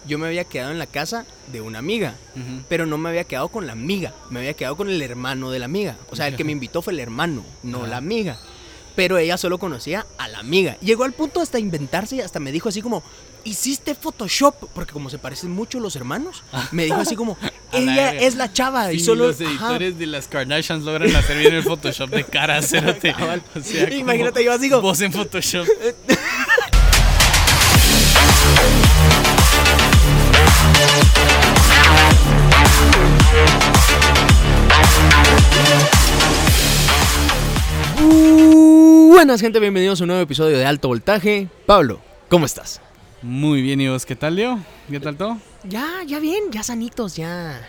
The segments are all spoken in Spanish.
yo me había quedado en la casa de una amiga, pero no me había quedado con la amiga, me había quedado con el hermano de la amiga. O sea, el que me invitó fue el hermano, no la amiga. Pero ella solo conocía a la amiga. Llegó al punto hasta inventarse y hasta me dijo así como, ¿hiciste Photoshop? Porque como se parecen mucho los hermanos, me dijo así como, ella es la chava. Sí, y solo los editores de las Kardashians logran hacer bien el Photoshop de cara, cérate. O sea, imagínate, yo así como, vos en Photoshop. Buenas gente, bienvenidos a un nuevo episodio de Alto Voltaje. Pablo, ¿cómo estás? Muy bien, ¿y vos qué tal, Leo? ¿Qué tal todo? Ya bien, ya sanitos, ya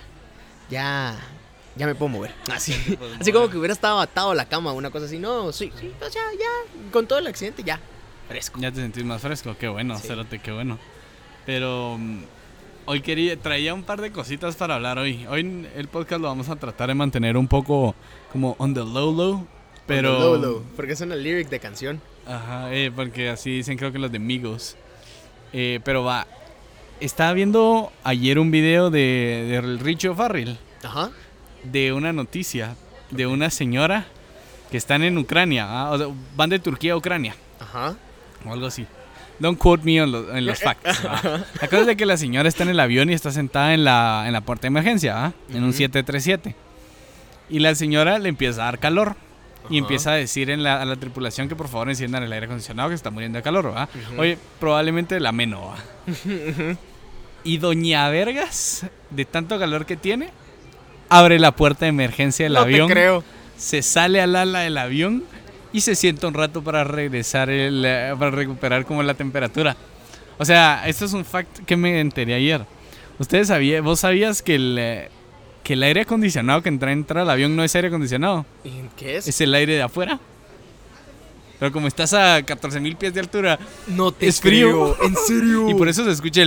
me puedo mover. Así como que hubiera estado atado a la cama o una cosa así. No, sí, pues ya, con todo el accidente ya, fresco. Ya te sentís más fresco, qué bueno, Sí. cérate, qué bueno. Pero hoy traía un par de cositas para hablar hoy. Hoy el podcast lo vamos a tratar de mantener un poco como on the low, pero... Lolo, porque es una lyric de canción. Ajá, porque así dicen creo que los de Migos. Pero va, estaba viendo ayer un video de Richie O'Farrell, Ajá. de una noticia de una señora que están en Ucrania, o sea, van de Turquía a Ucrania, Ajá. o algo así. Don't quote me en los facts. La cosa es de que la señora está en el avión y está sentada en la puerta de emergencia, en un 737. Y la señora le empieza a dar calor. Y empieza a decir a la tripulación que por favor enciendan el aire acondicionado, que se está muriendo de calor, ¿va? Oye, probablemente la menos, ¿va? Y doña Vergas, de tanto calor que tiene, abre la puerta de emergencia del avión. Te creo. Se sale al ala del avión y se sienta un rato para regresar, para recuperar como la temperatura. O sea, esto es un fact que me enteré ayer. ¿Vos sabías que el aire acondicionado que entra al avión no es aire acondicionado? ¿Y qué es? Es el aire de afuera. Pero como estás a 14,000 pies de altura, No te es frío. creo. ¿En serio? Y por eso se escucha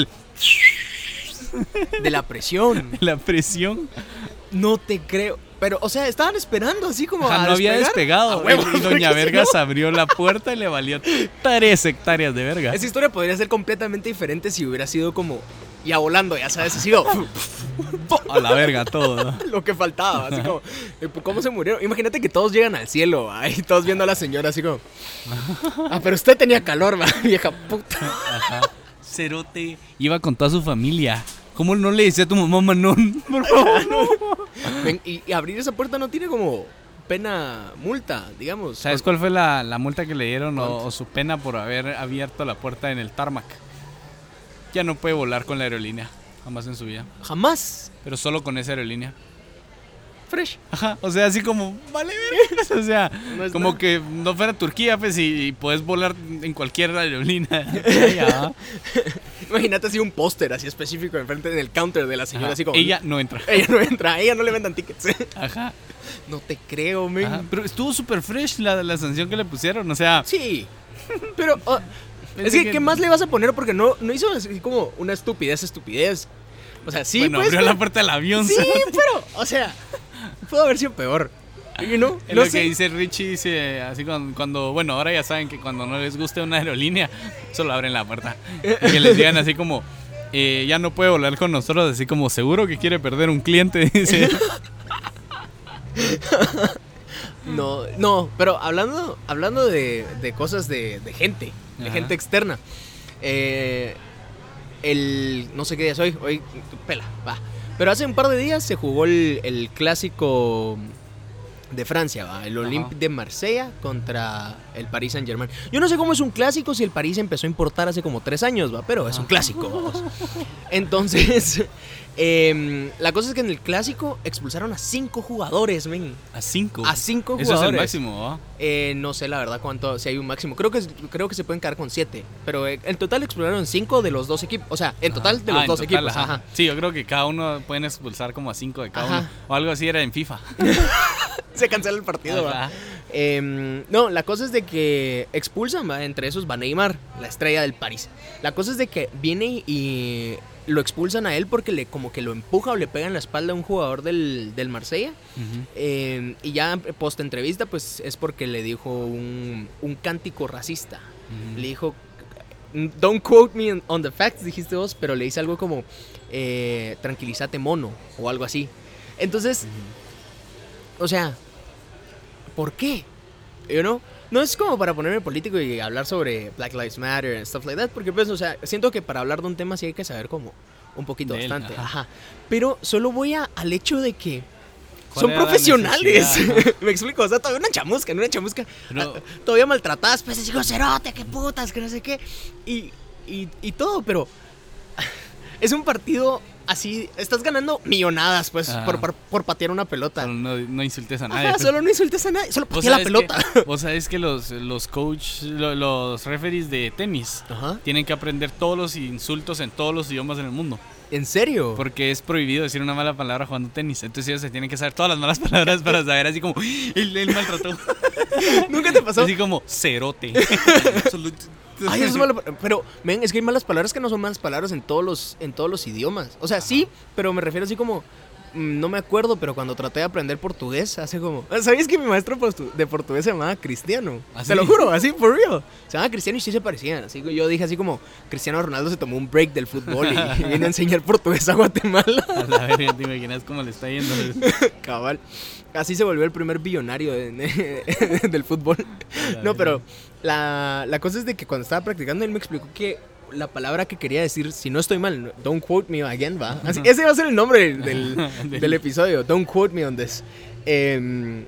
De la presión. la presión. No te creo. Pero, o sea, estaban esperando así como Ajá, a no había despegar. despegado. A huevo, Y doña porque si Vergas no- abrió la puerta y le valió 3 hectáreas de verga. Esa historia podría ser completamente diferente si hubiera sido como ya volando, ya sabes, así como A la verga todo, ¿no? lo que faltaba, así como ¿cómo se murieron? Imagínate que todos llegan al cielo, ahí todos viendo a la señora así como pero usted tenía calor, ¿va? Vieja puta. Ajá. Cerote iba con toda su familia. ¿Cómo no le decía a tu mamá, Manón? Por favor, no. Ven, y abrir esa puerta no tiene como pena, multa, digamos. ¿Sabes cuál fue la multa que le dieron o su pena por haber abierto la puerta en el tarmac? Ya no puede volar con la aerolínea, jamás en su vida. Jamás. Pero solo con esa aerolínea. Fresh. Ajá, o sea, así como, vale, verga. O sea, No es como nada. que no fuera Turquía, pues, y puedes volar en cualquier aerolínea. Ya. Imagínate así un póster así específico enfrente del counter de la señora, Ajá. así como Ella no entra. ella no entra, a ella no le vendan tickets. Ajá. No te creo, men. Ajá. Pero estuvo súper fresh la sanción que le pusieron, o sea. Sí. Pero es Pensé que ¿qué más le vas a poner? Porque no hizo así como una estupidez. O sea, sí, bueno, pues. abrió la puerta del avión. Sí, ¿sabes? pero, o sea, pudo haber sido peor. You know? Es No lo sé. que dice Richie, dice así cuando, bueno, ahora ya saben que cuando no les guste una aerolínea, solo abren la puerta. Y que les digan así como, ya no puede volar con nosotros, así como, seguro que quiere perder un cliente, dice. No, pero hablando de cosas de gente, de Ajá. gente externa. No sé qué día es hoy pela, va. Pero hace un par de días se jugó el clásico de Francia, va, el Olympique de Marsella contra el Paris Saint-Germain. Yo no sé cómo es un clásico si el París empezó a importar hace como 3 años, va, pero es un clásico, vamos. Entonces, la cosa es que en el clásico expulsaron a 5 jugadores, men. A 5. A 5 Eso jugadores. es el máximo, ¿no? No sé la verdad cuánto, si hay un máximo. Creo que se pueden quedar con 7. Pero en total expulsaron 5 de los 2 equipos. O sea, en total de los en 2 total, equipos. ajá. Ajá. Sí, yo creo que cada uno pueden expulsar como a 5 de cada Ajá. uno. O algo así era en FIFA. Se cancela el partido, va. Ajá. No, la cosa es de que expulsan, ¿va? Entre esos va Neymar, la estrella del París. La cosa es de que viene y lo expulsan a él porque como que lo empuja o le pega en la espalda a un jugador del Marsella. Ujú. Y ya post entrevista pues es porque le dijo un cántico racista. Ujú. Le dijo, don't quote me on the facts, dijiste vos, pero le hice algo como tranquilízate mono o algo así. Entonces, o sea, ¿por qué? You know? No es como para ponerme político y hablar sobre Black Lives Matter and stuff like that, porque pues, o sea, siento que para hablar de un tema sí hay que saber como un poquito de bastante. él, ajá. Pero solo voy al hecho de que ¿cuál son era la profesionales. necesidad? Me explico, o sea, todavía una chamusca, No. todavía maltratadas, pues digo, cerote, qué putas, que no sé qué. Y todo, pero es un partido así, estás ganando millonadas, pues, por patear una pelota. Solo no insultes a nadie. Ajá, pues. solo no insultes a nadie, solo patea la pelota. Vos sabés que los referees de tenis Ajá. tienen que aprender todos los insultos en todos los idiomas en el mundo. ¿En serio? Porque es prohibido decir una mala palabra jugando tenis. Entonces ellos se tienen que saber todas las malas palabras para saber así como, él maltrató. ¿Nunca te pasó? Así como, cerote. Ay, eso es malo. Pero, men, es que hay malas palabras que no son malas palabras en todos los idiomas. O sea, sí, pero me refiero así como, no me acuerdo, pero cuando traté de aprender portugués, hace como... ¿Sabías que mi maestro de portugués se llamaba Cristiano? ¿Ah, Te sí? lo juro, así, for real. Se llamaba Cristiano y sí se parecían. Así que yo dije así como, Cristiano Ronaldo se tomó un break del fútbol y viene a enseñar portugués a Guatemala. A la verga, te imaginas cómo le está yendo. Cabal. Así se volvió el primer billonario del fútbol. No, pero la cosa es de que cuando estaba practicando él me explicó que la palabra que quería decir, si no estoy mal, don't quote me again, va. Así, ese va a ser el nombre del episodio, don't quote me on this. Él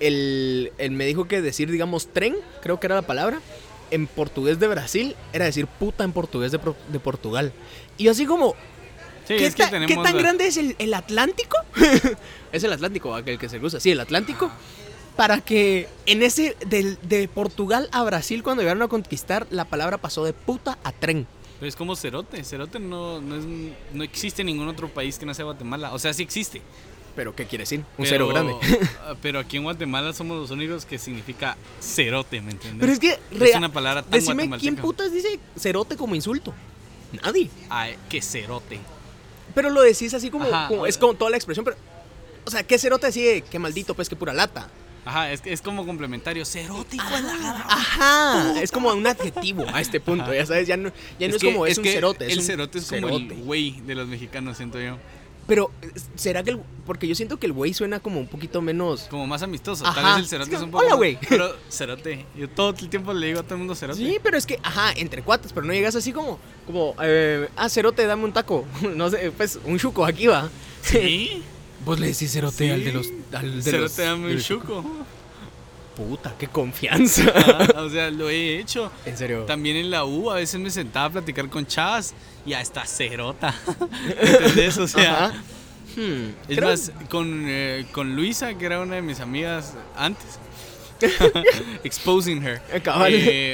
me dijo que decir, digamos, tren, creo que era la palabra, en portugués de Brasil, era decir puta en portugués de Portugal. Y yo así como... Sí, ¿Qué, es que ¿Qué tan grande es el Atlántico? Es el Atlántico, aquel que se cruza. Sí, el Atlántico. Para que en ese, de Portugal a Brasil, cuando llegaron a conquistar, la palabra pasó de puta a tren. Pero es como cerote. Cerote no existe en ningún otro país que no sea Guatemala. O sea, sí existe. ¿Pero qué quiere decir? Un cero grande. Pero aquí en Guatemala somos los únicos que significa cerote, ¿me entiendes? Pero es que... es una palabra tan decime, guatemalteca. ¿quién putas dice cerote como insulto? Nadie. Ay, qué cerote. Pero lo decís así como, Ajá, es como toda la expresión, pero... O sea, ¿qué cerote decide? Qué maldito, pues, qué pura lata. Ajá, es como complementario. Cerote, hijo de la... Ajá, es como un adjetivo a este punto, ya sabes, ya no es como es un cerote. El cerote es como el güey de los mexicanos, siento yo. Pero, ¿será que porque yo siento que el güey suena como un poquito menos... Como más amistoso. Ajá. Tal vez el cerote es un poco... Hola, güey. Pero cerote. Yo todo el tiempo le digo a todo el mundo cerote. Sí, pero es que, ajá, entre cuates, pero no llegas así como cerote, dame un taco. No sé, pues, un chuco, aquí va. ¿Sí? Vos le decís cerote Sí. al de los... Cerote, dame un chuco. Puta, qué confianza. O sea, lo he hecho. En serio. También en la U a veces me sentaba a platicar con chavas y a esta cerota. ¿Entendés? O sea, Ajá. es más, con Luisa, que era una de mis amigas antes, exposing her, Cabal.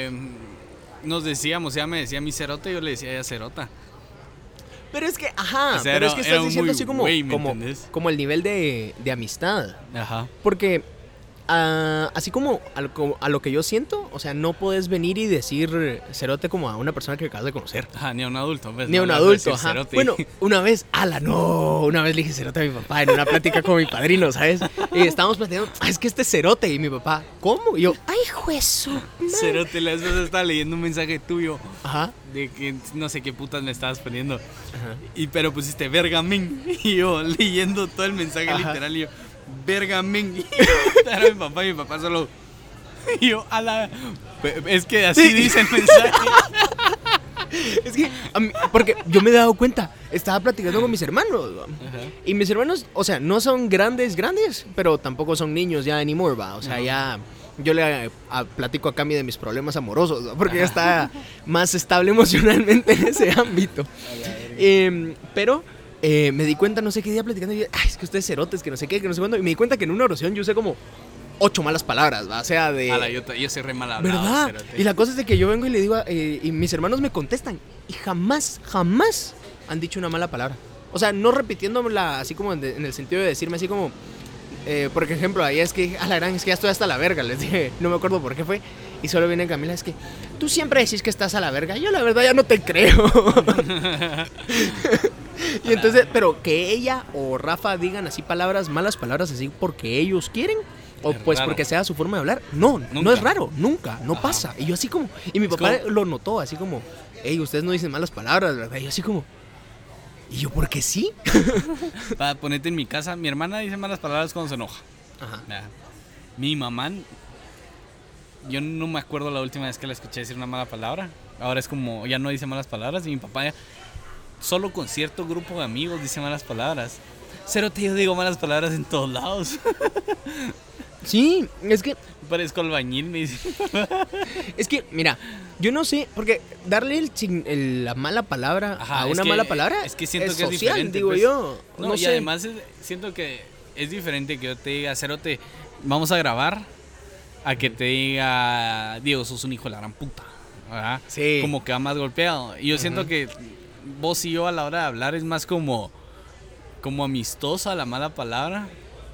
nos decíamos, ella me decía mi cerota y yo le decía a ella cerota. Pero es que, ajá, O sea, pero era- es que era estás un diciendo muy así como, güey, ¿me entendés? como el nivel de amistad. Ajá. Porque, así como a lo que yo siento, o sea, no puedes venir y decir cerote como a una persona que acabas de conocer. Ajá, ni a un adulto. Pues, Ni a no un le vas a adulto, decir ajá. cerote. Bueno, una vez le dije cerote a mi papá en una plática con mi padrino, ¿sabes? Y estábamos platicando, es que este es cerote. Y mi papá, ¿cómo? Y yo, ay, juezo. Cerote, la vez pasada estaba leyendo un mensaje tuyo Ajá. de que no sé qué putas me estabas poniendo. Ajá. Pero pusiste verga men. Y yo leyendo todo el mensaje Ajá. literal y yo, verga men. Y era mi papá solo. Y yo, a la. Es que así Sí. dice el mensaje. Es que, porque yo me he dado cuenta, estaba platicando con mis hermanos, ¿va? Ajá. Y mis hermanos, o sea, no son grandes, pero tampoco son niños ya anymore, va. O sea, ya yo le platico a Cami de mis problemas amorosos, ¿va? Porque ya está más estable emocionalmente en ese ámbito. Pero me di cuenta, no sé qué día platicando, y yo, ay, es que ustedes cerotes, que no sé qué, que no sé cuándo. Y me di cuenta que en una oración yo usé como 8 malas palabras, ¿va? O sea, de... Yo soy re mal hablado. ¿Verdad? cerote. Y la cosa es de que yo vengo y le digo, y mis hermanos me contestan, y jamás han dicho una mala palabra. O sea, no repitiéndola así como en el sentido de decirme así como, por ejemplo, ahí es que, a la gran, es que ya estoy hasta la verga, les dije, no me acuerdo por qué fue. Y solo viene Camila, es que tú siempre decís que estás a la verga, yo la verdad ya no te creo. Y entonces, pero que ella o Rafa digan así malas palabras así porque ellos quieren. O Es pues raro. porque sea su forma de hablar. No Nunca. es raro, nunca, no Ajá. pasa. Y yo así como, y mi Es papá como- lo notó así como, hey, ustedes no dicen malas palabras, ¿verdad? Y yo así como, ¿y yo por qué sí? Para ponerte en mi casa, mi hermana dice malas palabras cuando se enoja. Ajá. Ya. Mi mamá, yo no me acuerdo la última vez que la escuché decir una mala palabra. Ahora es como, ya no dice malas palabras. Y mi papá ya, solo con cierto grupo de amigos dice malas palabras. Cerote, yo digo malas palabras en todos lados. Sí, es que, Parezco albañil, me dice. mira, yo no sé, porque darle la mala palabra a una mala palabra es que siento es que es social, diferente, digo pues. yo. No, y sé. además siento que es diferente que yo te diga, Cerote, vamos a grabar, a que te diga, Diego, sos un hijo de la gran puta, ¿verdad? Sí. Como que va más golpeado. Y yo siento que vos y yo a la hora de hablar es más como amistosa la mala palabra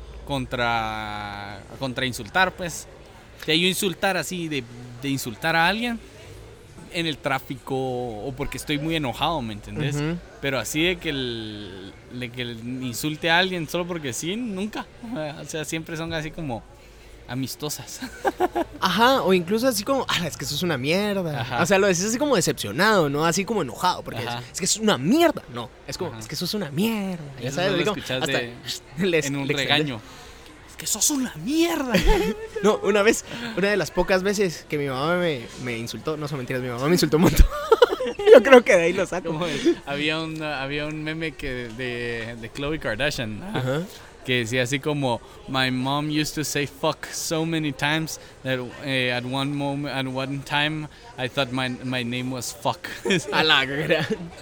contra insultar, pues. Que yo insultar así, de insultar a alguien en el tráfico o porque estoy muy enojado, ¿me entendés? Pero así de que insulte a alguien solo porque sí, nunca. O sea, siempre son así como amistosas. Ajá, o incluso así como, es que eso es una mierda. Ajá. O sea, lo decís así como decepcionado, ¿no? Así como enojado, porque es que eso es una mierda. No, es como, es que eso es una mierda. Ya Eso sabes, solo como, escuchás hasta en un regaño. Es que sos una mierda. No, una de las pocas veces que mi mamá me insultó, no son mentiras, mi mamá me insultó un montón. Yo creo que de ahí lo saco. Había un meme de Khloe Kardashian. Ajá. Que decía así como, my mom used to say fuck so many times that at one time I thought my name was fuck. A la gran.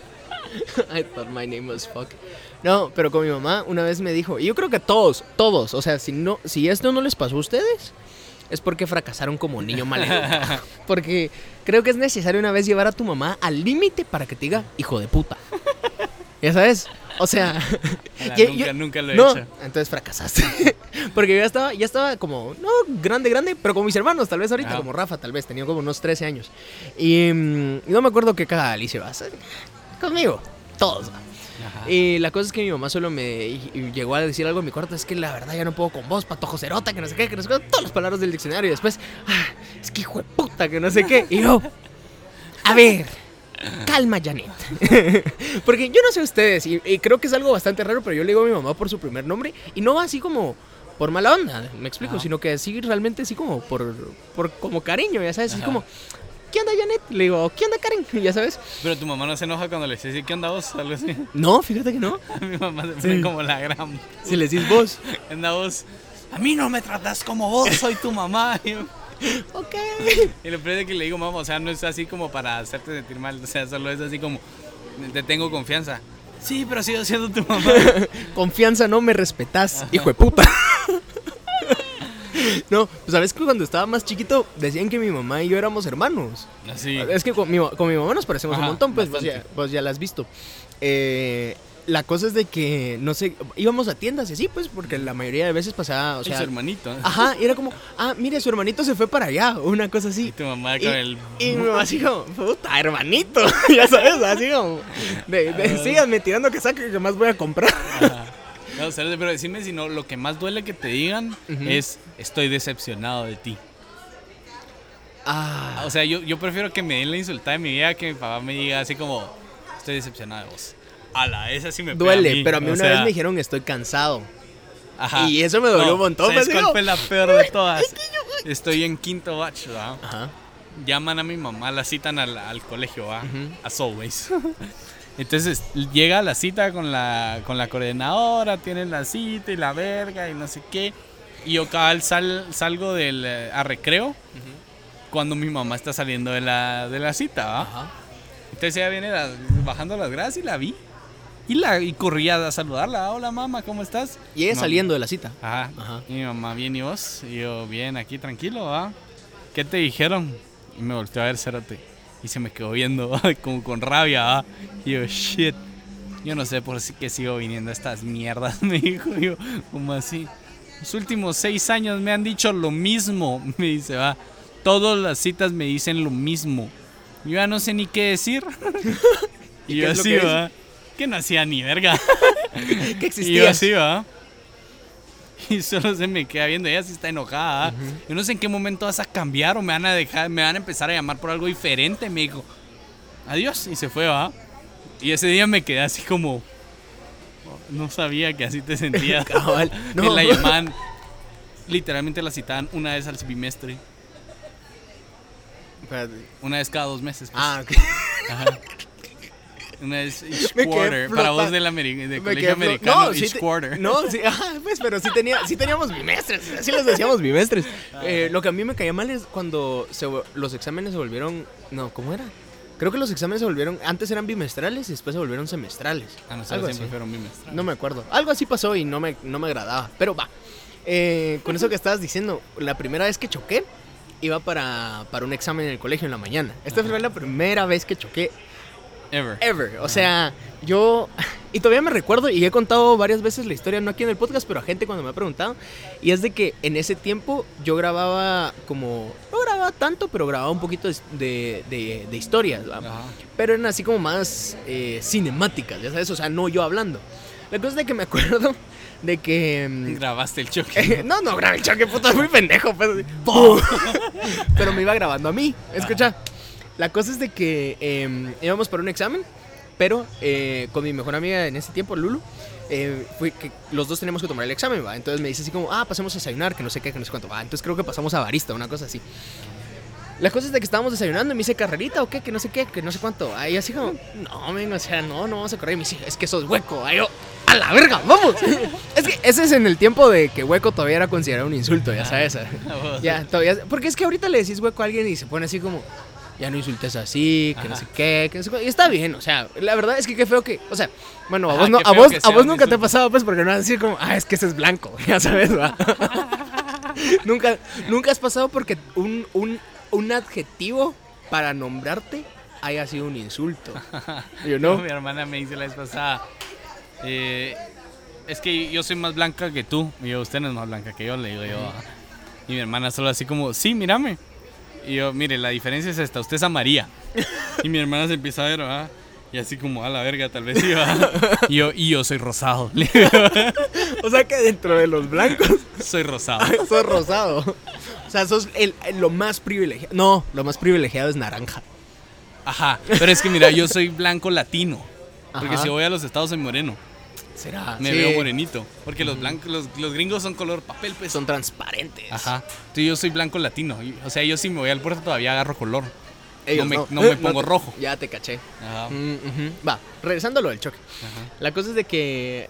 I thought my name was fuck. No, pero con mi mamá una vez me dijo, y yo creo que todos, o sea, si esto no les pasó a ustedes, es porque fracasaron como niño maleducado. Porque creo que es necesario una vez llevar a tu mamá al límite para que te diga, hijo de puta. ¿Ya sabes? O sea, nunca lo he no, hecho. entonces fracasaste. Porque yo ya estaba como, no, grande, pero con mis hermanos, tal vez ahorita, como Rafa, tal vez, tenía como unos 13 años. Y no me acuerdo qué cada Alicia va a hacer. Conmigo, todos. Ajá. Y la cosa es que mi mamá solo me llegó a decir algo en mi cuarto, es que la verdad ya no puedo con vos, patojo cerota, que no sé qué, todas las palabras del diccionario. Y después, es que hijo de puta, que no sé qué. Y yo, a ver, calma, Janet. Porque yo no sé ustedes, y creo que es algo bastante raro, pero yo le digo a mi mamá por su primer nombre, y no va así como por mala onda, me explico, sino que así realmente así como por como cariño, ya sabes, así como, ¿qué onda, Janet? Le digo, ¿qué onda, Karen? Ya sabes. Pero tu mamá no se enoja cuando le dices, ¿qué onda vos? Algo así. No, fíjate que no. Mi mamá se pone como la gran. Si le decís vos. ¿Qué onda vos? A mí no me tratas como vos, soy tu mamá. Ok. Y lo peor es que le digo, mamá, o sea, no es así como para hacerte sentir mal, o sea, solo es así como, te tengo confianza. Sí, pero sigo siendo tu mamá. Confianza, no me respetás, hijo de puta. No, pues sabes que cuando estaba más chiquito decían que mi mamá y yo éramos hermanos. Así. Es que con mi mamá nos parecemos un montón, pues ya la has visto. La cosa es de que, no sé, íbamos a tiendas y así, pues, porque la mayoría de veces pasaba, o sea... su hermanito. Ajá, y era como, mire, su hermanito se fue para allá, una cosa así. Y tu mamá con el... Y mi mamá así como, puta, hermanito, ya sabes, así como, síganme tirando que saque que más voy a comprar. Ajá. No, pero decime si no, lo que más duele que te digan es, estoy decepcionado de ti. O sea, yo prefiero que me den la insultada de mi vida que mi papá me diga así como, estoy decepcionado de vos. Esa sí me duele, pega a mí. pero a mí una vez me dijeron estoy cansado. Ajá. Y eso me dolió un montón. ¿Sabes cuál fue la peor de todas? Estoy en quinto batch, ¿verdad? Ajá. Llaman a mi mamá, la citan al colegio, ¿verdad? A Solways. Entonces llega a la cita con la coordinadora, tienen la cita y la verga y no sé qué. Y yo cabal salgo a recreo cuando mi mamá está saliendo de la cita, ¿va? Ajá. Entonces ella viene bajando las gradas y la vi. Y corría a saludarla. Hola, mamá, ¿cómo estás? Y ella saliendo de la cita. Ajá. Y mi mamá, bien, ¿y vos? Y yo, bien, aquí tranquilo, ¿va? ¿Qué te dijeron? Y me volteó a ver, cerote. Y se me quedó viendo, como con rabia, ¿va? Y yo, shit. Yo no sé por qué sigo viniendo a estas mierdas, me dijo. Yo, ¿cómo así? Los últimos 6 años me han dicho lo mismo, me dice, va. Todas las citas me dicen lo mismo. Yo ya no sé ni qué decir. Y yo así, va. Que no hacía ni verga. ¿Qué existía? Y yo así, va. Y solo se me queda viendo, ella sí está enojada. Yo no sé en qué momento vas a cambiar o me van a empezar a llamar por algo diferente, me dijo. adiós, y se fue, ¿va? Y ese día me quedé así como, no sabía que así te sentías. Cabal. Que No. la llamaban, literalmente la citaban una vez al bimestre, Espérate. una vez cada 2 meses. Pues. Ah, ok. Ajá. Una vez each Me quedé quarter. Para vos flotando. de Me colegio quedé americano, no, each quarter. No, sí, ajá, pues, pero sí teníamos bimestres, así les decíamos bimestres. Lo que a mí me caía mal es cuando los exámenes se volvieron, no, ¿cómo era? Creo que los exámenes se volvieron, antes eran bimestrales y después se volvieron semestrales. Ah, no, Algo siempre así. fueron bimestrales. No me acuerdo. Algo así pasó y no me agradaba. Pero va. Con eso que estabas diciendo, la primera vez que choqué, iba para un examen en el colegio en la mañana. Esta fue la primera vez que choqué ever. O sea, yo... Y todavía me recuerdo, y he contado varias veces la historia, no aquí en el podcast, pero a gente cuando me ha preguntado. Y es de que en ese tiempo yo grababa como... No grababa tanto, pero grababa un poquito de historias, ¿va? Ajá. Pero eran así como más cinemáticas, ya sabes, o sea, no yo hablando. La cosa es de que me acuerdo de que... Grabaste el choque. no grabé el choque, puto, es muy pendejo. Pero me iba grabando a mí. Escucha, la cosa es de que íbamos para un examen, pero con mi mejor amiga en ese tiempo, Lulu, fue que los dos teníamos que tomar el examen, ¿va? Entonces me dice así como, pasemos a desayunar, que no sé qué, que no sé cuánto, va. Entonces creo que pasamos a barista, una cosa así. La cosa es de que estábamos desayunando y me dice, ¿carrerita o qué? Que no sé qué, que no sé cuánto. Ahí así como, no, venga, o sea, no vamos a correr. Y me dice, es que sos hueco. Ahí yo, a la verga, vamos. Es que ese es en el tiempo de que hueco todavía era considerado un insulto, ya sabes. Ya, todavía. Porque es que ahorita le decís hueco a alguien y se pone así como, ya no insultes así, que no sé qué, que no sé cuánto. Y está bien, o sea, la verdad es que qué feo que, o sea, bueno, a vos, no, qué feo que a sea vos un nunca te ha insulto. pasado, pues, porque no vas a decir como, es que ese es blanco, ya sabes, va. Nunca has pasado porque un adjetivo para nombrarte haya sido un insulto. You know? No, mi hermana me dice la vez pasada, es que yo soy más blanca que tú. Y yo, usted no es más blanca que yo, le digo yo. Ajá. Y mi hermana solo así como, sí, mírame. Y yo, mire, la diferencia es esta, usted es amarilla. Y mi hermana se empieza a ver, ¿verdad? Y así como, a la verga, tal vez iba. Y yo soy rosado. Le digo, O sea que dentro de los blancos soy rosado. sos rosado. O sea, sos lo más privilegiado. No, lo más privilegiado es naranja. Ajá, pero es que mira, yo soy blanco latino. Porque Ajá. si voy a los Estados soy moreno. Será. Me Sí. veo morenito. Porque los blancos, los gringos son color papel, pues. Son transparentes. Ajá. Entonces yo soy blanco latino. O sea, yo si me voy al puerto todavía agarro color. Ellos No me pongo rojo. Ya te caché. Ajá. Ujú. Va, regresando a lo del choque. Ajá. La cosa es de que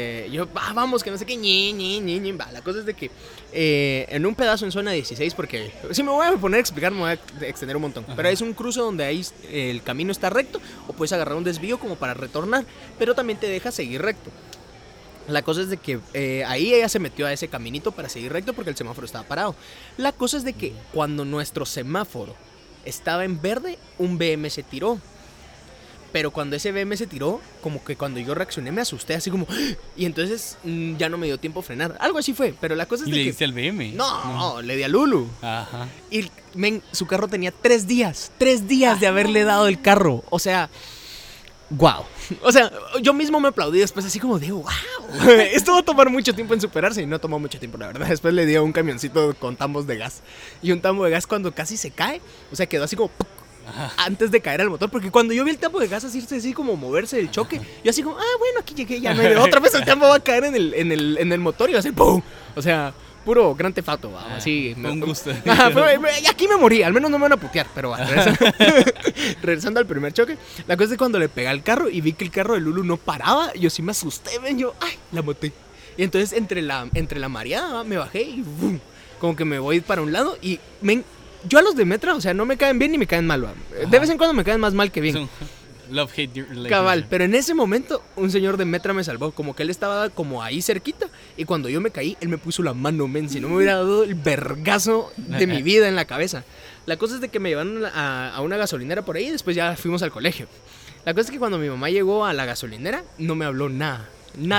vamos, que no sé qué, ñi. Va, la cosa es de que en un pedazo en zona 16, porque si me voy a poner a explicar, me voy a extender un montón. Ajá. Pero es un cruce donde ahí el camino está recto, o puedes agarrar un desvío como para retornar, pero también te deja seguir recto. La cosa es de que ahí ella se metió a ese caminito para seguir recto porque el semáforo estaba parado. La cosa es de que cuando nuestro semáforo estaba en verde, un BM se tiró. Pero cuando ese BM se tiró, como que cuando yo reaccioné me asusté, así como... Y entonces ya no me dio tiempo a frenar. Algo así fue, pero la cosa es ¿Y de le que... diste al BM? No, le di a Lulu. Ajá. Y su carro tenía 3 días. 3 días de haberle dado el carro. O sea... ¡Wow! O sea, yo mismo me aplaudí después así como de ¡wow! Esto va a tomar mucho tiempo en superarse y no tomó mucho tiempo, la verdad. Después le dio un camioncito con tambos de gas. Y un tambo de gas cuando casi se cae, o sea, quedó así como... antes de caer al motor, porque cuando yo vi el tambo de gas así como moverse del choque, yo así como, bueno, aquí llegué, ya no hay de otra vez el tambo va a caer en el motor y va a hacer ¡pum! O sea, puro gran tefato, va, así. Un gusto. Y aquí me morí, al menos no me van a putear, pero va, regresando al primer choque, la cosa es que cuando le pegué al carro y vi que el carro de Lulu no paraba, yo sí me asusté, ven, yo, ¡ay! La maté. Y entonces entre la mareada, ¿va? Me bajé y ¡bum! Como que me voy para un lado y yo a los de Metra, o sea, no me caen bien ni me caen mal, ¿va? De vez en cuando me caen más mal que bien. Es un love-hate relationship. Cabal, pero en ese momento un señor de Metra me salvó, como que él estaba como ahí cerquita y cuando yo me caí, él me puso la mano, men, si no me hubiera dado el vergazo de mi vida en la cabeza. La cosa es de que me llevaron a una gasolinera por ahí y después ya fuimos al colegio. La cosa es que cuando mi mamá llegó a la gasolinera, no me habló nada.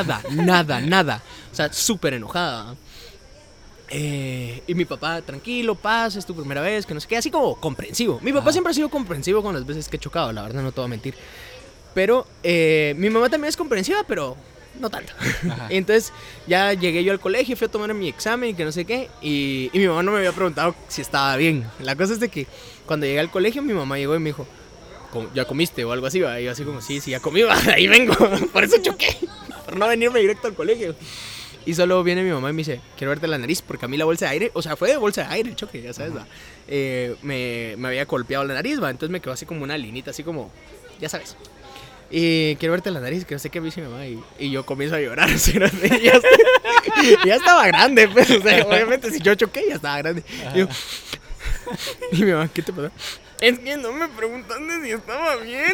O sea, súper enojada. Y mi papá, tranquilo, pasa, es tu primera vez, que no sé qué, así como comprensivo. Mi papá siempre ha sido comprensivo con las veces que he chocado, la verdad, no te voy a mentir. Pero mi mamá también es comprensiva, pero no tanto. Y entonces ya llegué yo al colegio, fui a tomar mi examen y que no sé qué, y mi mamá no me había preguntado si estaba bien. La cosa es de que cuando llegué al colegio, mi mamá llegó y me dijo, ¿ya comiste o algo así? ¿Va? Y yo así como, sí, ya comí, ¿va? Ahí vengo, por eso choqué, por no venirme directo al colegio. Y solo viene mi mamá y me dice, quiero verte la nariz, porque a mí la bolsa de aire, o sea, fue de bolsa de aire el choque, ya sabes, ¿va? Me había golpeado la nariz, ¿va? Entonces me quedó así como una linita, así como, ya sabes. Y quiero verte la nariz, que no sé qué me dice mi mamá. Y yo comienzo a llorar, así, ¿no? Ya estaba grande, pues, o sea, obviamente si yo choqué, ya estaba grande. Y mi mamá, ¿qué te pasó? Es que no me preguntaste si estaba bien.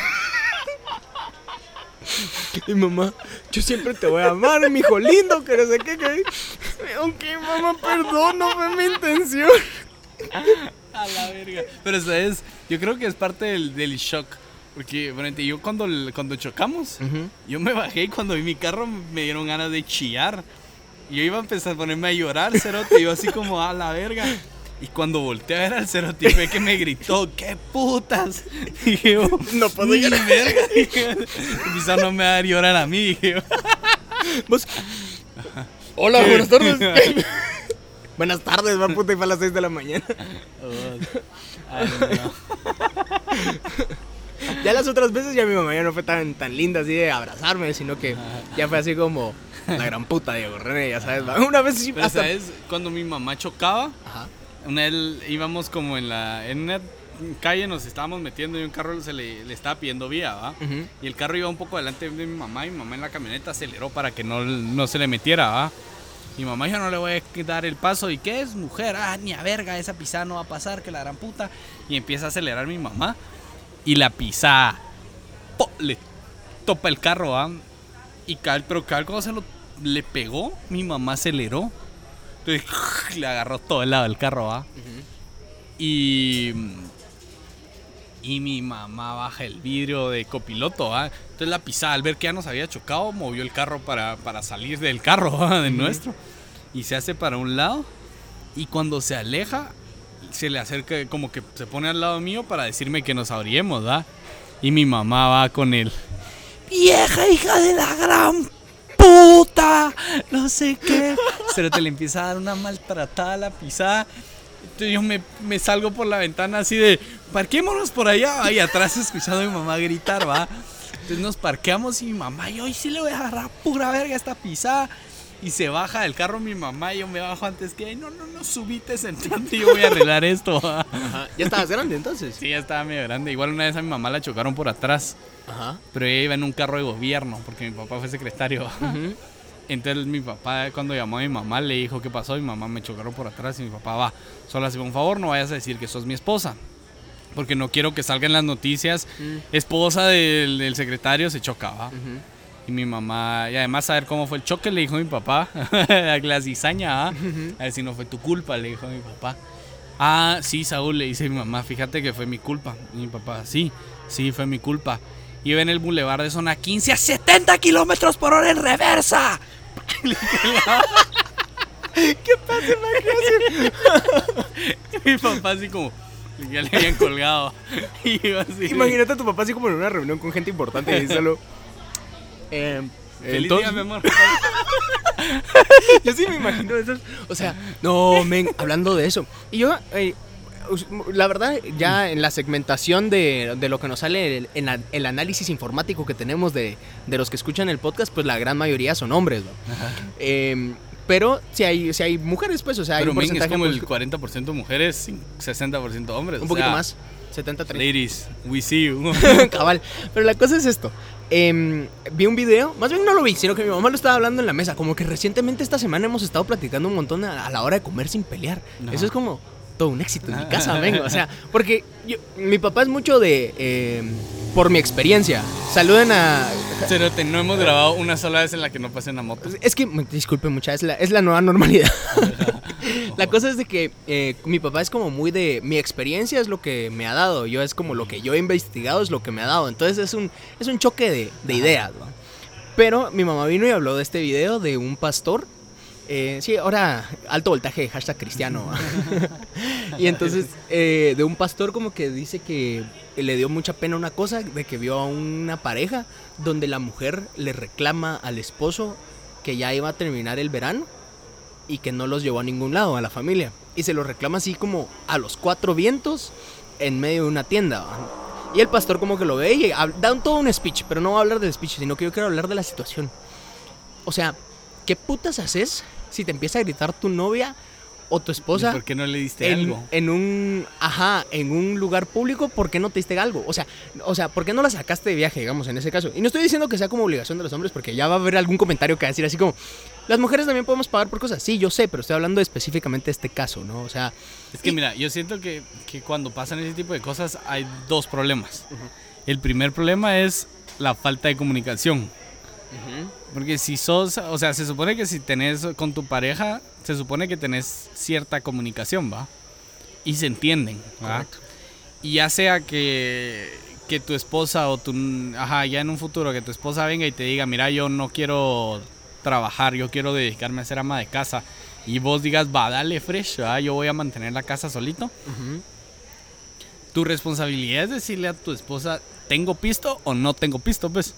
Y mamá, yo siempre te voy a amar, mi hijo lindo, que no sé qué. Ok, mamá, perdón, no fue mi intención. A la verga. Pero ¿sabes? Yo creo que es parte del shock. Porque, bueno, yo cuando chocamos, yo me bajé y cuando vi mi carro me dieron ganas de chillar. Y yo iba a empezar a ponerme a llorar, cerote. Yo así como, a la verga. Y cuando volteé a ver al cerote fue que me gritó, ¡qué putas! Dije yo, no puedo llorar. Verga. Quizás no me va a dar llorar a mí, dije yo. ¿Vos? Hola, buenas tardes. Buenas tardes, va puta, y fue a las 6 de la mañana. Ay, no. Ya las otras veces ya mi mamá ya no fue tan linda así de abrazarme, sino que ya fue así como la gran puta Diego René, ya sabes. Una vez sí. Pero hasta... ¿sabes? Cuando mi mamá chocaba, una vez íbamos como en una calle, nos estábamos metiendo y un carro le estaba pidiendo vía, ¿va? Y el carro iba un poco delante de mi mamá y mi mamá en la camioneta aceleró para que no se le metiera, ¿va? Mi mamá, yo no le voy a dar el paso. ¿Y qué es, mujer? Ni a verga, esa pisada no va a pasar, que la gran puta. Y empieza a acelerar mi mamá. Y la pisada le topa el carro, ¿va? Y pero cuando le pegó, mi mamá aceleró. Entonces le agarró todo el lado del carro, ¿va? Y mi mamá baja el vidrio de copiloto, ¿va? Entonces la pisada, al ver que ya nos había chocado, movió el carro para salir del carro, ¿va? De nuestro. Y se hace para un lado. Y cuando se aleja, se le acerca, como que se pone al lado mío para decirme que nos abriemos, ¿va? Y mi mamá va con él. ¡Vieja hija de la gran puta! No sé qué. Pero te le empieza a dar una maltratada a la pisada. Entonces yo me salgo por la ventana así de, parquémonos por allá. Y atrás escuchando a mi mamá gritar, ¿va? Entonces nos parqueamos y mi mamá, yo hoy sí le voy a agarrar pura verga a esta pisada. Y se baja del carro mi mamá y yo me bajo antes que, no, subite, sentate, yo voy a arreglar esto, ¿va? Ajá. ¿Ya estabas grande entonces? Sí, ya estaba medio grande. Igual una vez a mi mamá la chocaron por atrás. Ajá. Pero ella iba en un carro de gobierno porque mi papá fue secretario. Entonces mi papá, cuando llamó a mi mamá, le dijo qué pasó. Mi mamá, me chocaron por atrás y mi papá, va, solo hazme un favor, no vayas a decir que sos mi esposa, porque no quiero que salgan las noticias. Esposa del secretario se choca, ¿va? Y mi mamá, y además saber cómo fue el choque, le dijo mi papá, la cizaña, a ver si no fue tu culpa, le dijo mi papá. Ah, sí, Saúl, le dice mi mamá, fíjate que fue mi culpa. Y mi papá, sí, fue mi culpa. Iba en el bulevar de zona 15 a 70 kilómetros por hora en reversa. ¿Qué pasa, imagínate? Mi papá así como, ya le habían colgado. Y yo así, imagínate a tu papá así como en una reunión con gente importante y solo... feliz día, mi amor. Yo sí me imagino eso. O sea, no, men, hablando de eso. Y yo, la verdad, ya en la segmentación de lo que nos sale en el análisis informático que tenemos de los que escuchan el podcast, pues la gran mayoría son hombres, ¿no? Pero si hay mujeres, pues, o sea, hay pero un porcentaje... Pero es como el 40% mujeres, 60% hombres. Un poquito más, 70-30. Ladies, we see you. Cabal. Pero la cosa es esto. Vi un video, más bien no lo vi, sino que mi mamá lo estaba hablando en la mesa. Como que recientemente esta semana hemos estado platicando un montón a la hora de comer sin pelear. Eso es como todo un éxito en mi casa, vengo. O sea, porque mi papá es mucho de... por mi experiencia. Saluden a... Cerote, no hemos grabado una sola vez en la que no pase una moto. Es que, disculpe mucha, es la nueva normalidad. La cosa es de que mi papá es como muy de... Mi experiencia es lo que me ha dado. Yo es como lo que yo he investigado es lo que me ha dado. Entonces es un choque de ideas, ¿no? Pero mi mamá vino y habló de este video de un pastor. Sí, ahora alto voltaje, hashtag cristiano. Y entonces de un pastor como que dice que le dio mucha pena una cosa, de que vio a una pareja donde la mujer le reclama al esposo que ya iba a terminar el verano y que no los llevó a ningún lado, a la familia. Y se lo reclama así como a los 4 vientos en medio de una tienda, ¿va? Y el pastor como que lo ve y da todo un speech, pero no va a hablar del speech, sino que yo quiero hablar de la situación. O sea, ¿qué putas haces si te empieza a gritar tu novia o tu esposa? ¿Y por qué no le diste algo? En un lugar público, ¿por qué no te diste algo? O sea, ¿por qué no la sacaste de viaje, digamos, en ese caso? Y no estoy diciendo que sea como obligación de los hombres, porque ya va a haber algún comentario que va a decir así como, las mujeres también podemos pagar por cosas. Sí, yo sé, pero estoy hablando específicamente de este caso, ¿no? O sea... Es que mira, yo siento que cuando pasan ese tipo de cosas hay dos problemas. Uh-huh. El primer problema es la falta de comunicación. Uh-huh. Porque si sos, o sea, se supone que si tenés con tu pareja, se supone que tenés cierta comunicación, ¿va? Y se entienden, ¿va? Correcto. Y ya sea que tu esposa o ya en un futuro que tu esposa venga y te diga, mira, yo no quiero trabajar, yo quiero dedicarme a ser ama de casa, y vos digas, va, dale fresh, ¿va? Yo voy a mantener la casa solito. Uh-huh. Tu responsabilidad es decirle a tu esposa, ¿tengo pisto o no tengo pisto? Pues,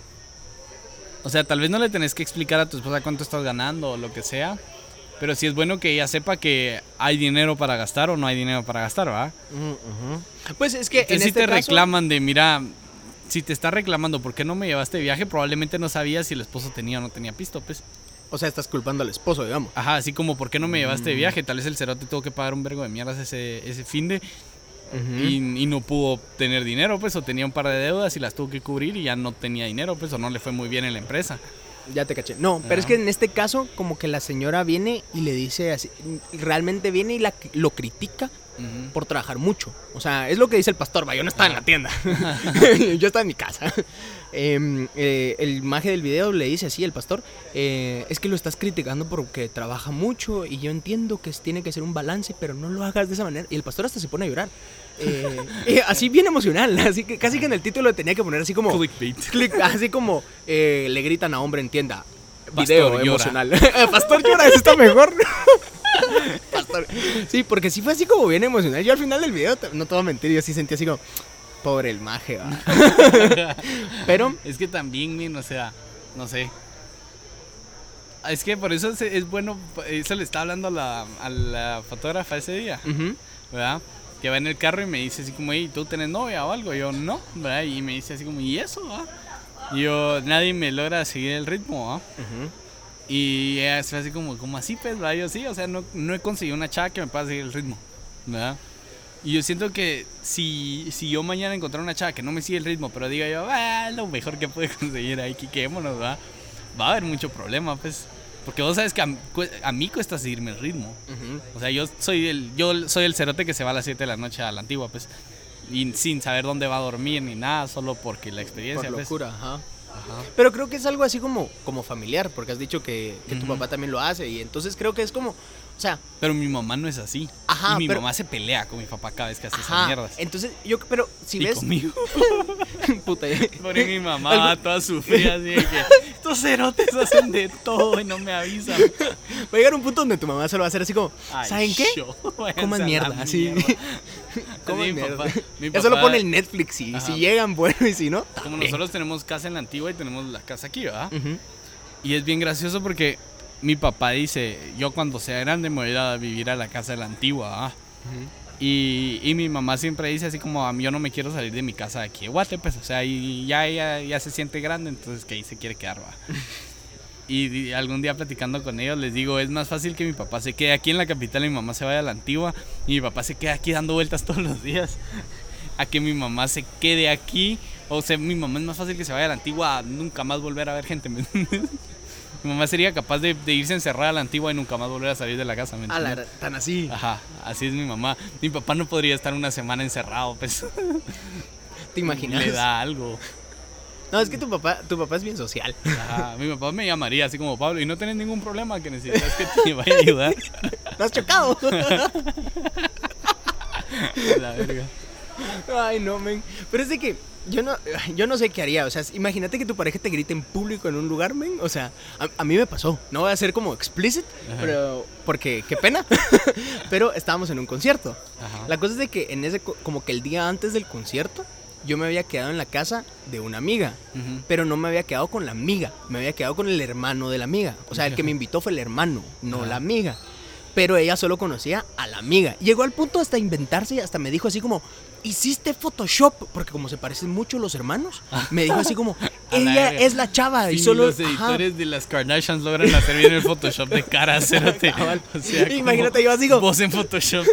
o sea, tal vez no le tenés que explicar a tu esposa cuánto estás ganando o lo que sea, pero sí es bueno que ella sepa que hay dinero para gastar o no hay dinero para gastar, ¿va? Uh-huh. Pues es que entonces, en si te reclaman de, mira, si te está reclamando por qué no me llevaste de viaje, probablemente no sabías si el esposo tenía o no tenía pisto, pues. O sea, estás culpando al esposo, digamos. Ajá, así como, ¿por qué no me llevaste de viaje? Tal vez el cerote tuvo que pagar un vergo de mierdas ese finde. Uh-huh. Y no pudo tener dinero, pues, o tenía un par de deudas y las tuvo que cubrir y ya no tenía dinero, pues, o no le fue muy bien en la empresa. Ya te caché. No, pero es que en este caso, como que la señora viene y le dice así, realmente viene y lo critica uh-huh. por trabajar mucho. O sea, es lo que dice el pastor, yo no estaba en la tienda. Yo estaba en mi casa. El maje del video le dice así, el pastor, es que lo estás criticando porque trabaja mucho y yo entiendo que tiene que ser un balance, pero no lo hagas de esa manera. Y el pastor hasta se pone a llorar. Así bien emocional, así que casi que en el título tenía que poner así como así como le gritan a hombre en tienda, video pastor emocional. Pastor llora, eso está mejor. Pastor. Sí, porque sí fue así como bien emocional. Yo al final del video, no te voy a mentir, yo sí sentí así como, pobre el maje, ¿va? Pero es que también, o sea, no sé. Es que por eso es bueno, eso le estaba hablando a la fotógrafa ese día, uh-huh. ¿verdad? Que va en el carro y me dice así como, hey, ¿tú tenés novia o algo? Y yo, no, ¿verdad? Y me dice así como, ¿y eso? ¿va? Y yo, nadie me logra seguir el ritmo, ¿va? Uh-huh. Y ella fue así como así, pues, ¿verdad? Yo sí, o sea, no he conseguido una chava que me pueda seguir el ritmo, ¿verdad? Y yo siento que si yo mañana encontrara una chava que no me sigue el ritmo, pero diga yo, lo mejor que puede conseguir ahí, quiquémonos, ¿verdad? Va a haber mucho problema, pues. Porque vos sabes que a mí cuesta seguirme el ritmo. Uh-huh. O sea, yo soy el cerote que se va a las 7 de la noche a la antigua, pues. Y sin saber dónde va a dormir ni nada, solo porque la experiencia. Por locura, pues. Ajá. Pero creo que es algo así como familiar, porque has dicho que uh-huh. tu papá también lo hace. Y entonces creo que es como, o sea... Pero mi mamá no es así. Ajá, y mi mamá se pelea con mi papá cada vez que hace esas mierdas. Entonces, pero si y ves... conmigo. Puta. Por mi mamá toda sufrida, así de que estos cerotes hacen de todo y no me avisan. Va a llegar un punto donde tu mamá se lo va a hacer así como, ¿saben qué? Coman mierda, así. Coman mierda. Ya solo pone el Netflix y si llegan, bueno, y si no... Como nosotros tenemos casa en la antigua y tenemos la casa aquí, ¿verdad? Uh-huh. Y es bien gracioso porque mi papá dice, yo cuando sea grande me voy a ir a vivir a la casa de la antigua, ¿verdad? Uh-huh. Y mi mamá siempre dice así como, yo no me quiero salir de mi casa de aquí de Guate, pues, o sea, y ya se siente grande, entonces que ahí se quiere quedar, ¿va? Y algún día platicando con ellos les digo, es más fácil que mi papá se quede aquí en la capital y mi mamá se vaya a la antigua, y mi papá se quede aquí dando vueltas todos los días, a que mi mamá se quede aquí. O sea, mi mamá es más fácil que se vaya a la antigua a nunca más volver a ver gente, ¿me entiendes? Mi mamá sería capaz de irse encerrada a la antigua y nunca más volver a salir de la casa, ¿me entiendes? Tan así. Ajá, así es mi mamá. Mi papá no podría estar una semana encerrado, pues. ¿Te imaginas? Le da algo. No, es que tu papá es bien social. Ajá, mi papá me llamaría así como, Pablo, y no tenés ningún problema que necesitas que te vaya a ayudar. ¿No has chocado? La verga. Ay, no, men. Pero es de que yo no sé qué haría. O sea, imagínate que tu pareja te grite en público en un lugar, men. O sea, a mí me pasó. No voy a ser como explicit, pero porque qué pena. Pero estábamos en un concierto. Ajá. La cosa es de que en ese, como que el día antes del concierto, yo me había quedado en la casa de una amiga. Uh-huh. Pero no me había quedado con la amiga. Me había quedado con el hermano de la amiga. O sea, el que me invitó fue el hermano, no la amiga. pero ella solo conocía a la amiga. Llegó al punto hasta inventarse y hasta me dijo así como, ¿hiciste Photoshop? Porque como se parecen mucho los hermanos, me dijo así como, ella es la chava. Sí, y solo los editores de las Kardashians logran hacer bien el Photoshop de cara, cérate. O sea, imagínate, yo así como, vos en Photoshop.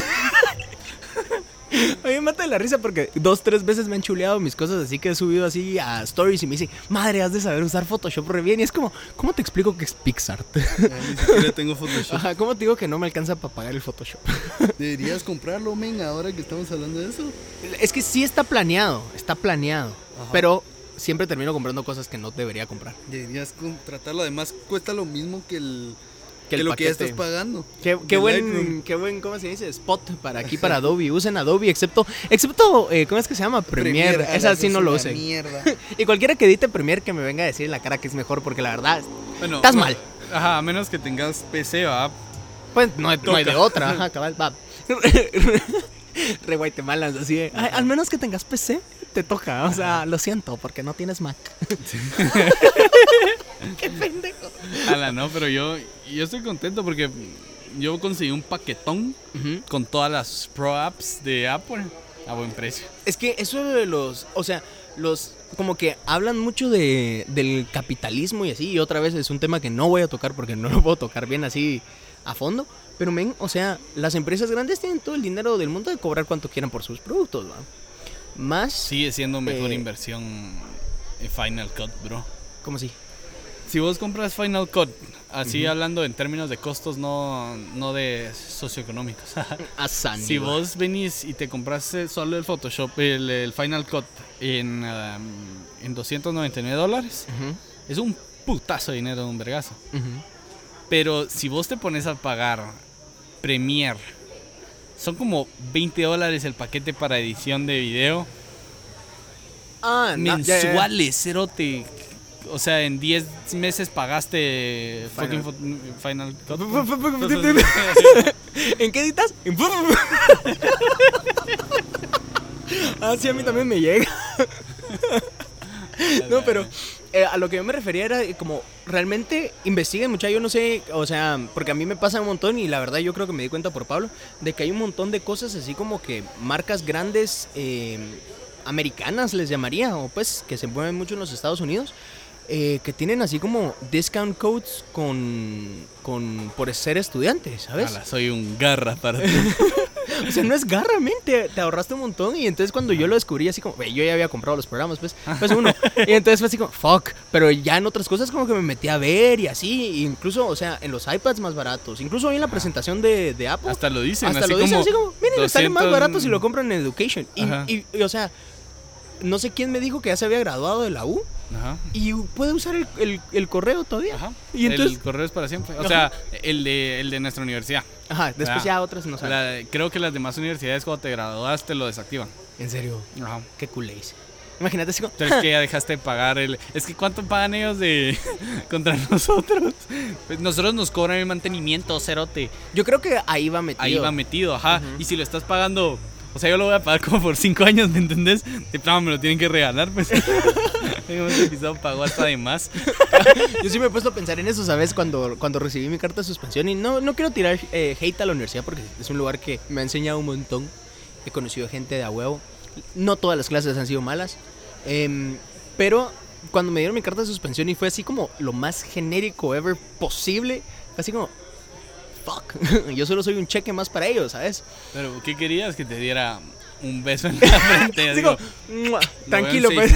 a mí me mata de la risa porque 2-3 veces me han chuleado mis cosas así que he subido así a stories y me dice, madre, has de saber usar Photoshop re bien. Y es como, ¿cómo te explico que es PixArt? Ni siquiera tengo Photoshop. Ajá, ¿cómo te digo que no me alcanza para pagar el Photoshop? Deberías comprarlo, men, ahora que estamos hablando de eso. Es que sí está planeado. Pero siempre termino comprando cosas que no debería comprar. Deberías contratarlo, además cuesta lo mismo que el lo que ya paquete. estás pagando. Qué buen, ¿cómo se dice? Spot para aquí, para Adobe. Usen Adobe, excepto ¿cómo es que se llama? Premiere. Esa sí no lo usen. Mierda. Y cualquiera que edite Premiere que me venga a decir en la cara que es mejor, porque la verdad, Bueno, estás mal. Ajá, a menos que tengas PC, va. Pues no hay de otra. Ajá, cabal, va. Re Guatemalans, así de, "Ay, al menos que tengas PC, te toca. O sea, lo siento, porque no tienes Mac. Qué pendejo. Ala, no, pero yo estoy contento porque yo conseguí un paquetón con todas las Pro Apps de Apple a buen precio. Es que eso de los como que hablan mucho del capitalismo y así, y otra vez es un tema que no voy a tocar porque no lo puedo tocar bien así a fondo, pero men, o sea, las empresas grandes tienen todo el dinero del mundo de cobrar cuanto quieran por sus productos, ¿va? Más... Sigue siendo mejor inversión Final Cut, bro. ¿Cómo así? Si vos compras Final Cut, así hablando en términos de costos, no de socioeconómicos. Si vos venís y te compras solo el Photoshop, el Final Cut en $299, es un putazo de dinero, un vergazo. Pero si vos te pones a pagar Premiere, son como $20 el paquete para edición de video. Mensuales, cerote. O sea, en 10 meses pagaste Final Cut. ¿En qué editas? Sí, a mí también me llega. No, pero a lo que yo me refería era como realmente investiguen, muchachos. Yo no sé, o sea, porque a mí me pasa un montón y la verdad yo creo que me di cuenta por Pablo de que hay un montón de cosas así como que marcas grandes americanas les llamaría, o pues que se mueven mucho en los Estados Unidos, que tienen así como discount codes por ser estudiantes, ¿sabes? Ala, soy un garra para ti. O sea, no es garra, men, te ahorraste un montón. Y entonces cuando yo lo descubrí así como, yo ya había comprado los programas, pues uno. Y entonces fue así como, fuck. Pero ya en otras cosas como que me metí a ver y así. Incluso, o sea, en los iPads más baratos. Incluso hoy en la presentación de Apple. Hasta lo dicen. Hasta lo dicen así como, miren, 200... salen más baratos si lo compran en Education. Y, o sea, no sé quién me dijo que ya se había graduado de la U. Ajá. Y puede usar el correo todavía. Ajá. Y entonces, el correo es para siempre. O sea, el de nuestra universidad. Ajá, después ya otras no saben. Creo que las demás universidades cuando te gradúas te lo desactivan. ¿En serio? Ajá. Qué culéis. Imagínate así como... Entonces que ya dejaste de pagar Es que ¿cuánto pagan ellos contra nosotros? Pues nosotros nos cobran el mantenimiento, cerote. Yo creo que ahí va metido. Ahí va metido, ajá. Y si lo estás pagando... O sea, yo lo voy a pagar como por 5 años, ¿me entendés? De plano me lo tienen que regalar, pues. Este episodio pagó hasta de más. Yo sí me he puesto a pensar en eso, ¿sabes? Cuando recibí mi carta de suspensión. Y no quiero tirar hate a la universidad porque es un lugar que me ha enseñado un montón. He conocido gente de a huevo. No todas las clases han sido malas. Pero cuando me dieron mi carta de suspensión y fue así como lo más genérico ever posible, fue así como... Fuck, yo solo soy un cheque más para ellos, ¿sabes? Pero, ¿qué querías? Que te diera un beso en la frente. Digo, tranquilo, pues.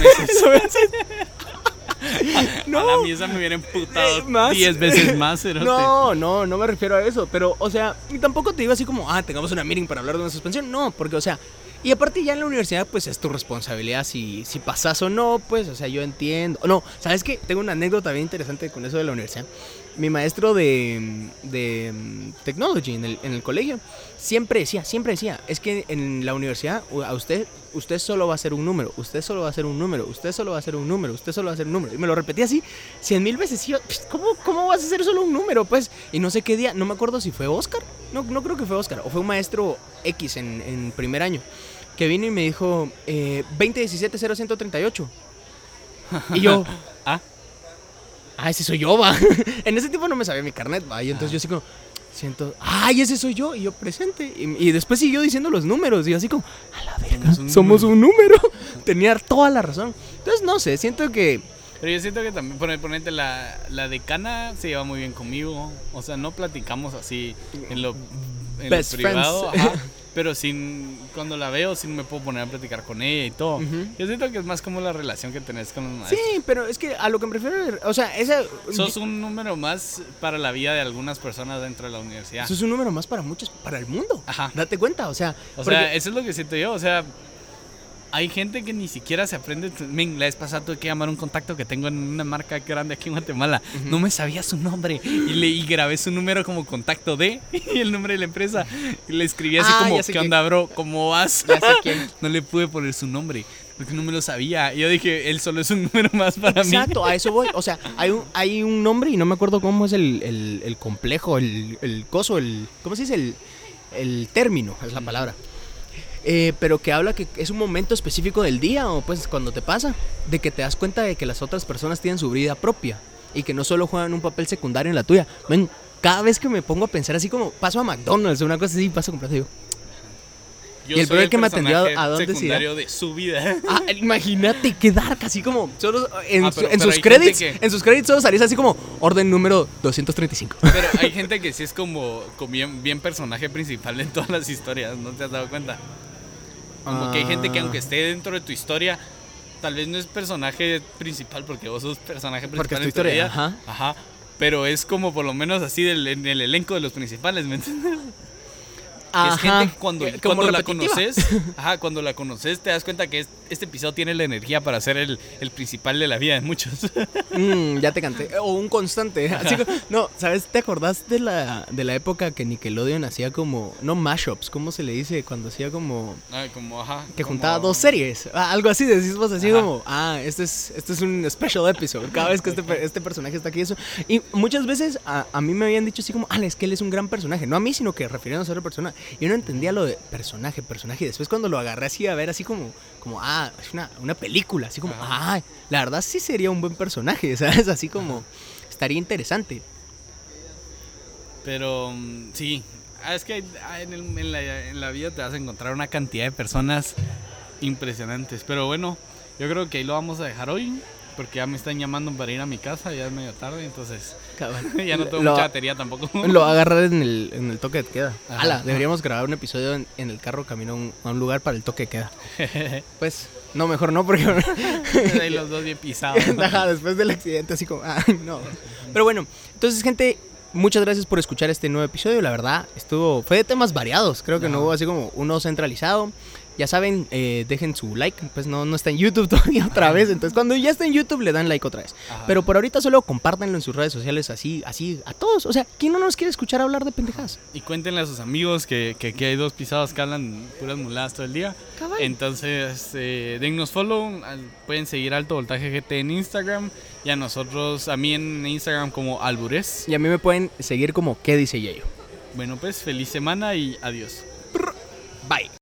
No. A la misa me hubiera emputado 10 veces más. No me refiero a eso. Pero, o sea, y tampoco te digo así como, tengamos una meeting para hablar de una suspensión. No, porque, o sea, y aparte ya en la universidad, pues es tu responsabilidad si pasas o no, pues, o sea, yo entiendo. No, ¿sabes qué? Tengo una anécdota bien interesante con eso de la universidad. Mi maestro de technology en el colegio siempre decía, es que en la universidad a usted solo va a ser un número, usted solo va a ser un número, usted solo va a ser un número, usted solo va a ser un número. Y me lo repetía así 100,000 veces. Y yo, ¿cómo vas a ser solo un número? Pues, y no sé qué día, no me acuerdo si fue Oscar, no creo que fue Oscar, o fue un maestro X en primer año, que vino y me dijo 2017-0138. Y yo... ese soy yo, va. En ese tiempo no me sabía mi carnet, va. Y entonces yo así como, ¡ay, ese soy yo! Y yo presente. Y después siguió diciendo los números. Y yo así como, a la verga, somos un número. Tenía toda la razón. Entonces, no sé, siento que... Pero yo siento que también, ponete, la decana se lleva muy bien conmigo. O sea, no platicamos así en lo privado. Ajá, pero cuando la veo, sí me puedo poner a platicar con ella y todo. Yo siento que es más como la relación que tenés con los maestros. Sí, pero es que a lo que me refiero, o sea, sos un número más para la vida de algunas personas dentro de la universidad. Sos un número más para muchos, para el mundo. Ajá. Date cuenta, o sea... sea, eso es lo que siento yo, o sea... Hay gente que ni siquiera se aprende. La vez pasada tuve que llamar a un contacto que tengo en una marca grande aquí en Guatemala. No me sabía su nombre. Y grabé su número como contacto de y el nombre de la empresa. Y le escribí así como, ¿qué onda, bro? ¿Cómo vas? Ya sé quién. No le pude poner su nombre porque no me lo sabía. Y yo dije, él solo es un número más para mí. Exacto, a eso voy. O sea, hay un nombre y no me acuerdo cómo es el complejo, el coso, ¿cómo se dice? El término, es la palabra. Pero que habla que es un momento específico del día o pues cuando te pasa, de que te das cuenta de que las otras personas tienen su vida propia y que no solo juegan un papel secundario en la tuya. Ven, cada vez que me pongo a pensar así como paso a McDonald's o una cosa así, paso a comprar, digo... Yo y el brother que me atendió a dónde secundario de su vida. Imagínate quedar casi como solo en sus créditos solo salís así como orden número 235. Pero hay gente que sí es como bien personaje principal en todas las historias, ¿no te has dado cuenta? Como que hay gente que aunque esté dentro de tu historia, tal vez no es personaje principal porque vos sos personaje principal porque es tu historia. Ajá. Pero es como por lo menos así en el elenco de los principales, ¿me entiendes? Que es gente que cuando la conoces, cuando la conoces te das cuenta que este episodio tiene la energía para ser el principal de la vida de muchos. Ya te canté. O un constante. Así que, no, ¿sabes? ¿Te acordás de la época que Nickelodeon hacía como, no mashups, ¿cómo se le dice? Cuando hacía como... que juntaba dos series. Algo así, decís vos así como, este es un special episode. Cada vez que este personaje está aquí, eso. Y muchas veces a mí me habían dicho así como, es que él es un gran personaje. No a mí, sino que refiriéndose a otra persona. Yo no entendía lo de personaje. Y después cuando lo agarré así a ver así como es una película. Así como, la verdad sí sería un buen personaje, ¿sabes? Así como, estaría interesante. Pero, sí. Es que en la vida te vas a encontrar una cantidad de personas impresionantes. Pero bueno, yo creo que ahí lo vamos a dejar hoy. Porque ya me están llamando para ir a mi casa, ya es medio tarde, entonces ya no tengo mucha batería tampoco. Lo va a agarrar en el toque de queda. Deberíamos grabar un episodio en el carro camino a un lugar para el toque de queda. Pues, no, mejor no, porque... Ahí los dos bien pisados. Después del accidente, así como, no. Pero bueno, entonces, gente, muchas gracias por escuchar este nuevo episodio. La verdad, fue de temas variados. Creo que no hubo así como uno centralizado. Ya saben, dejen su like, pues no está en YouTube todavía otra vez, entonces cuando ya está en YouTube le dan like otra vez. Pero por ahorita solo compártanlo en sus redes sociales así a todos, o sea, ¿quién no nos quiere escuchar hablar de pendejadas? Y cuéntenle a sus amigos que hay dos pisados que hablan puras muladas todo el día. Cabal. Entonces, dennos follow, pueden seguir Alto Voltaje GT en Instagram y a mí en Instagram como Alburez. Y a mí me pueden seguir como ¿Qué dice Yayo? Bueno, pues feliz semana y adiós. Bye.